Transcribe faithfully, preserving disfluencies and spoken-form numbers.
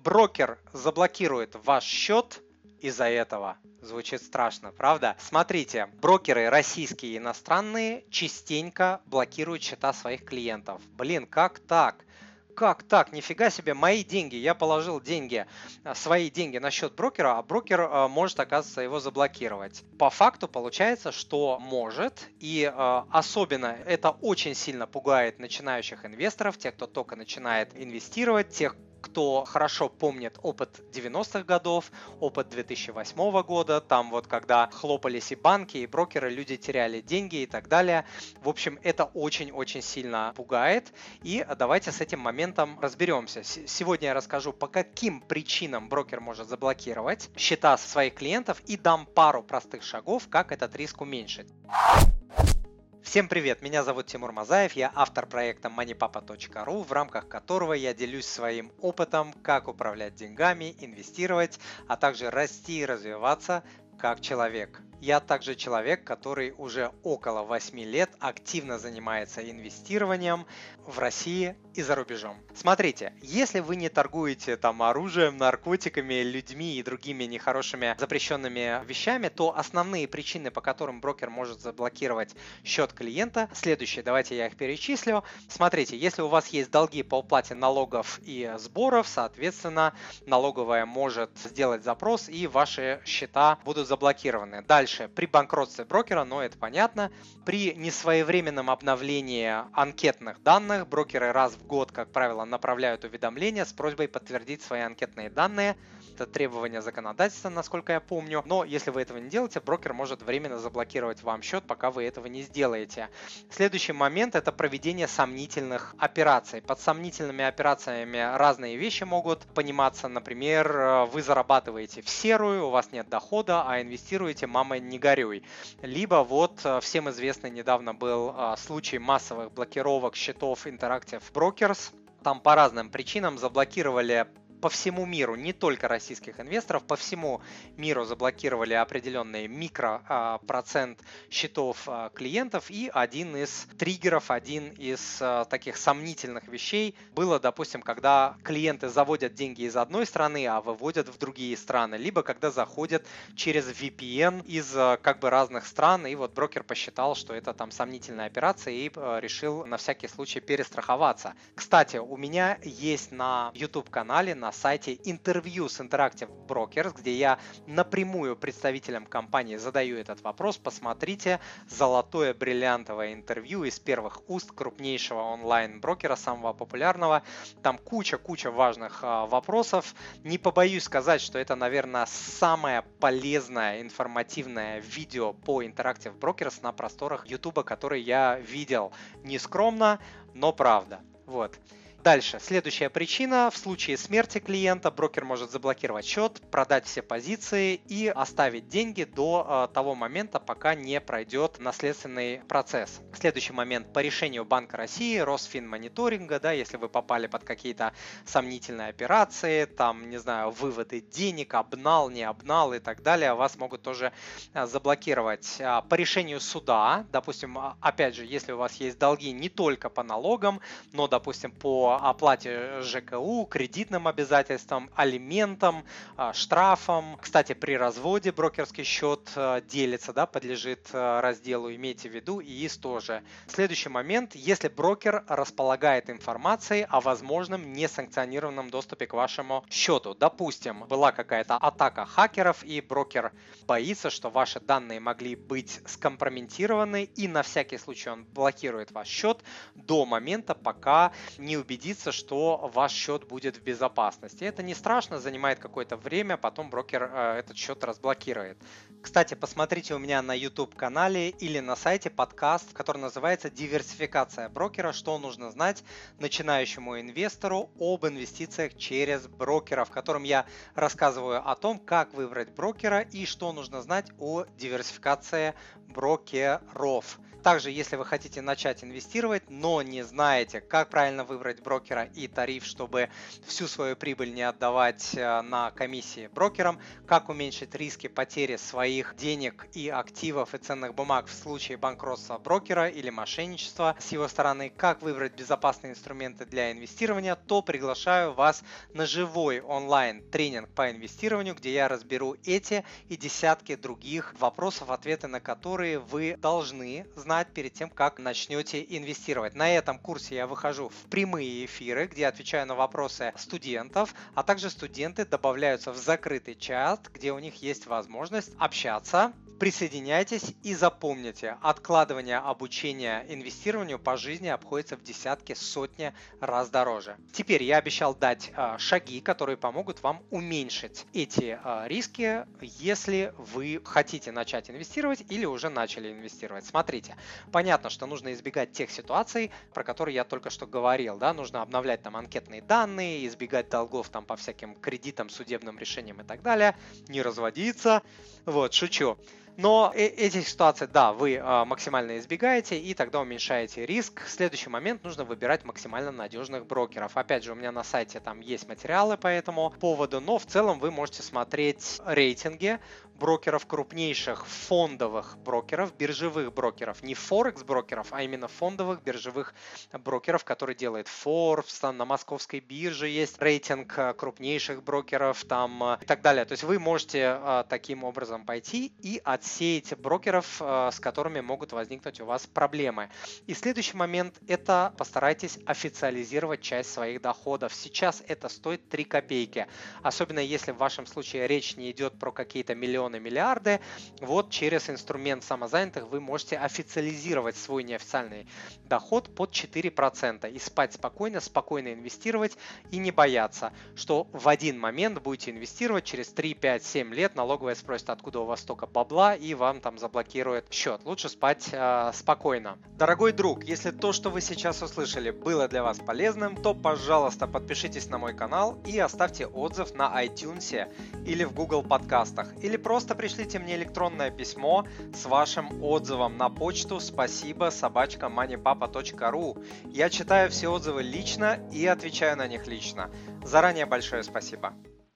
брокер заблокирует ваш счет из-за этого. Звучит страшно, правда? Смотрите, брокеры российские и иностранные частенько блокируют счета своих клиентов. Блин, как так? Как так? Нифига себе, мои деньги, я положил деньги, свои деньги на счет брокера, а брокер э, может, оказывается, его заблокировать. По факту получается, что может, и э, особенно это очень сильно пугает начинающих инвесторов, тех, кто только начинает инвестировать, тех, кто хорошо помнит опыт девяностых годов, опыт две тысячи восьмого года, там вот когда хлопались и банки, и брокеры, люди теряли деньги и так далее. В общем, это очень-очень сильно пугает, и давайте с этим моментом разберемся. Сегодня я расскажу, по каким причинам брокер может заблокировать счета своих клиентов, и дам пару простых шагов, как этот риск уменьшить. Всем привет, меня зовут Тимур Мазаев, я автор проекта манипапа точка ру, в рамках которого я делюсь своим опытом, как управлять деньгами, инвестировать, а также расти и развиваться как человек. Я также человек, который уже около восьми лет активно занимается инвестированием в России и за рубежом. Смотрите, если вы не торгуете там оружием, наркотиками, людьми и другими нехорошими запрещенными вещами, то основные причины, по которым брокер может заблокировать счет клиента, следующие, давайте я их перечислю. Смотрите, если у вас есть долги по уплате налогов и сборов, соответственно, налоговая может сделать запрос и ваши счета будут заблокированы. Дальше. При банкротстве брокера, но это понятно, при несвоевременном обновлении анкетных данных брокеры раз в год, как правило, направляют уведомления с просьбой подтвердить свои анкетные данные. Это требование законодательства, насколько я помню. Но если вы этого не делаете, брокер может временно заблокировать вам счет, пока вы этого не сделаете. Следующий момент – это проведение сомнительных операций. Под сомнительными операциями разные вещи могут пониматься. Например, вы зарабатываете в серую, у вас нет дохода, а инвестируете «мама, не горюй». Либо вот всем известный недавно был случай массовых блокировок счетов Interactive Brokers. Там по разным причинам заблокировали по всему миру, не только российских инвесторов, по всему миру заблокировали определенный микропроцент счетов клиентов, и один из триггеров, один из таких сомнительных вещей было, допустим, когда клиенты заводят деньги из одной страны, а выводят в другие страны, либо когда заходят через ви пи эн из как бы разных стран, и вот брокер посчитал, что это там сомнительная операция, и решил на всякий случай перестраховаться. Кстати, у меня есть на YouTube-канале, на сайте интервью с Interactive Brokers, где я напрямую представителям компании задаю этот вопрос. Посмотрите, золотое бриллиантовое интервью из первых уст крупнейшего онлайн-брокера, самого популярного. Там куча-куча важных а, вопросов. Не побоюсь сказать, что это, наверное, самое полезное, информативное видео по Interactive Brokers на просторах YouTube, который я видел. Не скромно, но правда. Вот. Дальше. Следующая причина. В случае смерти клиента брокер может заблокировать счет, продать все позиции и оставить деньги до э, того момента, пока не пройдет наследственный процесс. Следующий момент. По решению Банка России, Росфинмониторинга, да, если вы попали под какие-то сомнительные операции, там, не знаю, выводы денег, обнал, не обнал и так далее, вас могут тоже э, заблокировать. А по решению суда, допустим, опять же, если у вас есть долги не только по налогам, но, допустим, по оплате жэ ка у, кредитным обязательствам, алиментам, штрафам. Кстати, при разводе брокерский счет делится, да, подлежит разделу, имейте в виду, и ИИС тоже. Следующий момент, если брокер располагает информацией о возможном несанкционированном доступе к вашему счету. Допустим, была какая-то атака хакеров, и брокер боится, что ваши данные могли быть скомпрометированы, и на всякий случай он блокирует ваш счет до момента, пока не убедится, что ваш счет будет в безопасности. Это не страшно, занимает какое-то время, потом брокер э, этот счет разблокирует. Кстати, посмотрите у меня на YouTube-канале или на сайте подкаст, который называется «Диверсификация брокера. Что нужно знать начинающему инвестору об инвестициях через брокера», в котором я рассказываю о том, как выбрать брокера и что нужно знать о диверсификации брокеров. Также, если вы хотите начать инвестировать, но не знаете, как правильно выбрать брокера, брокера и тариф, чтобы всю свою прибыль не отдавать на комиссии брокерам, как уменьшить риски потери своих денег и активов и ценных бумаг в случае банкротства брокера или мошенничества с его стороны, как выбрать безопасные инструменты для инвестирования, то приглашаю вас на живой онлайн-тренинг по инвестированию, где я разберу эти и десятки других вопросов, ответы на которые вы должны знать перед тем, как начнете инвестировать. На этом курсе я выхожу в прямые эфиры, где отвечаю на вопросы студентов, а также студенты добавляются в закрытый чат, где у них есть возможность общаться. Присоединяйтесь и запомните, откладывание обучения инвестированию по жизни обходится в десятки, сотни раз дороже. Теперь я обещал дать э, шаги, которые помогут вам уменьшить эти э, риски, если вы хотите начать инвестировать или уже начали инвестировать. Смотрите, понятно, что нужно избегать тех ситуаций, про которые я только что говорил. Да? Нужно обновлять там анкетные данные, избегать долгов там по всяким кредитам, судебным решениям и так далее, не разводиться. Вот, шучу. Но эти ситуации, да, вы максимально избегаете и тогда уменьшаете риск. В следующий момент нужно выбирать максимально надежных брокеров. Опять же, у меня на сайте там есть материалы по этому поводу, но в целом вы можете смотреть рейтинги брокеров, крупнейших фондовых брокеров, биржевых брокеров, не форекс-брокеров, а именно фондовых биржевых брокеров, которые делает Forbes, там на московской бирже есть рейтинг крупнейших брокеров там и так далее. То есть вы можете а, таким образом пойти и отсеять брокеров, а, с которыми могут возникнуть у вас проблемы. И следующий момент – это постарайтесь официализировать часть своих доходов. Сейчас это стоит три копейки, особенно если в вашем случае речь не идет про какие-то миллионы, миллиарды. Вот через инструмент самозанятых вы можете официализировать свой неофициальный доход под четыре процента и спать спокойно, спокойно инвестировать и не бояться, что в один момент будете инвестировать, через три, пять, семь лет налоговая спросит, откуда у вас столько бабла, и вам там заблокирует счет. Лучше спать э, спокойно. Дорогой друг, если то, что вы сейчас услышали, было для вас полезным, то, пожалуйста, подпишитесь на мой канал и оставьте отзыв на iTunes или в Google подкастах, или просто Просто пришлите мне электронное письмо с вашим отзывом на почту спасибо собака манипапа точка ру. Я читаю все отзывы лично и отвечаю на них лично. Заранее большое спасибо.